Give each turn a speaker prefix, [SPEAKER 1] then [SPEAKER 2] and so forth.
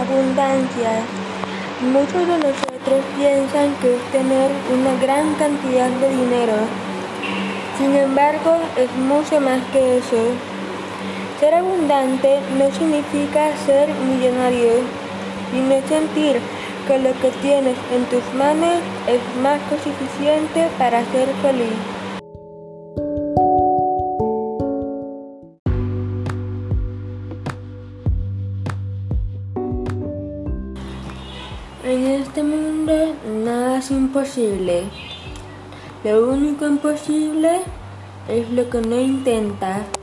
[SPEAKER 1] abundancia. Muchos de nosotros piensan que es tener una gran cantidad de dinero. Sin embargo, es mucho más que eso. Ser abundante no significa ser millonario, sino sentir que lo que tienes en tus manos es más que suficiente para ser feliz. En este mundo nada es imposible. Lo único imposible es lo que no intentas.